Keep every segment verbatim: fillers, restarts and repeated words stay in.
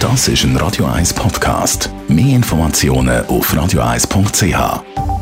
Das ist ein Radio eins Podcast. Mehr Informationen auf radio eins punkt c h.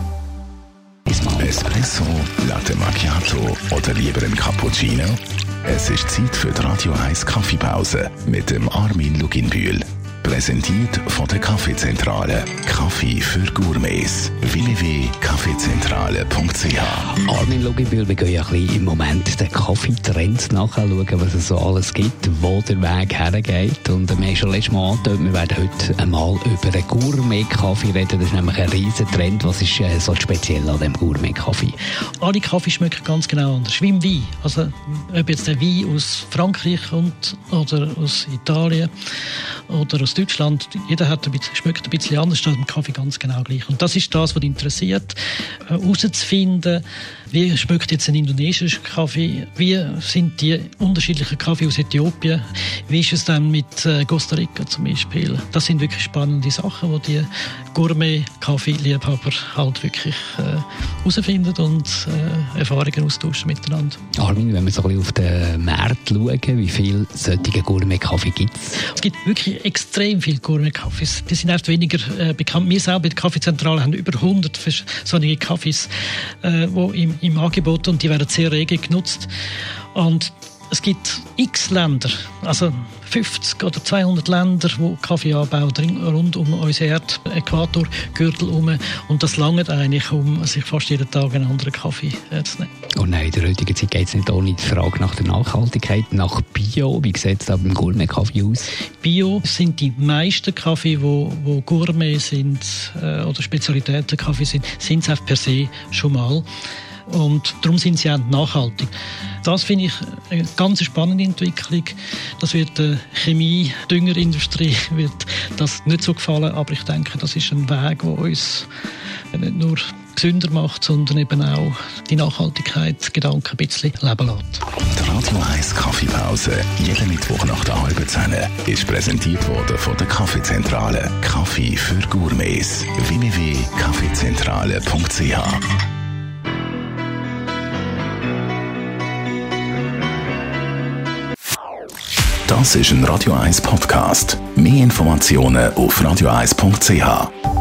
Espresso, Latte Macchiato oder lieber ein Cappuccino? Es ist Zeit für die Radio eins Kaffeepause mit dem Armin Luginbühl. Präsentiert von der Kaffeezentrale. Kaffee für Gourmets. w w w punkt kaffeezentrale punkt c h. Armin Luginbühl, wir gehen ja ein bisschen im Moment den Kaffeetrends nachschauen, was es so alles gibt, wo der Weg hergeht. Und wir haben schon letztes Mal angedeutet, wir werden heute einmal über einen Gourmet-Kaffee reden. Das ist nämlich ein riesen Trend. Was ist äh, so speziell an diesem Gourmet-Kaffee? Alle Kaffee schmecken ganz genau anders. Wie im Wein. Also, ob jetzt der Wein aus Frankreich kommt oder aus Italien oder aus Deutschland, jeder hat ein bisschen, schmeckt ein bisschen anders, das im Kaffee ganz genau gleich. Und das ist das, was interessiert, herauszufinden, wie schmeckt jetzt ein indonesischer Kaffee, wie sind die unterschiedlichen Kaffee aus Äthiopien, wie ist es dann mit äh, Costa Rica zum Beispiel. Das sind wirklich spannende Sachen, wo die Gourmet-Kaffee-Liebhaber halt wirklich herausfinden äh, und äh, Erfahrungen austauschen miteinander. Armin, wenn wir so ein bisschen auf den Markt schauen, wie viele solche Gourmet-Kaffee gibt es? Es gibt wirklich extrem viele Gourmet-Kaffees. Die sind erst weniger äh, bekannt. Wir selber bei der Kaffeezentrale haben über hundert solche Kaffees äh, wo im, im Angebot, und die werden sehr rege genutzt. Und es gibt x Länder, also fünfzig oder zweihundert Länder, die Kaffee anbauen, rund um unseren Erdäquatorgürtel herum. Und das langt eigentlich, um sich fast jeden Tag einen anderen Kaffee äh, zu nehmen. Und nein, in der heutigen Zeit geht es nicht ohne die Frage nach der Nachhaltigkeit, nach Bio. Wie sieht es da beim Gourmet-Kaffee aus? Bio sind die meisten Kaffee, wo, wo Gourmet sind äh, oder Spezialitäten-Kaffee sind, sind es per se schon mal. Und darum sind sie auch nachhaltig. Das finde ich eine ganz spannende Entwicklung. Das wird der Chemie-, Düngerindustrie wird das nicht so gefallen, aber ich denke, das ist ein Weg, der uns nicht nur gesünder macht, sondern eben auch die Nachhaltigkeit-Gedanken ein bisschen leben lässt. Die Radio eins Kaffeepause, jeden Mittwoch nach der halben Zehn, ist präsentiert worden von der Kaffeezentrale. Kaffee für Gourmets. w w w punkt kaffeezentrale punkt c h. Das ist ein Radio eins Podcast. Mehr Informationen auf radio eins punkt c h.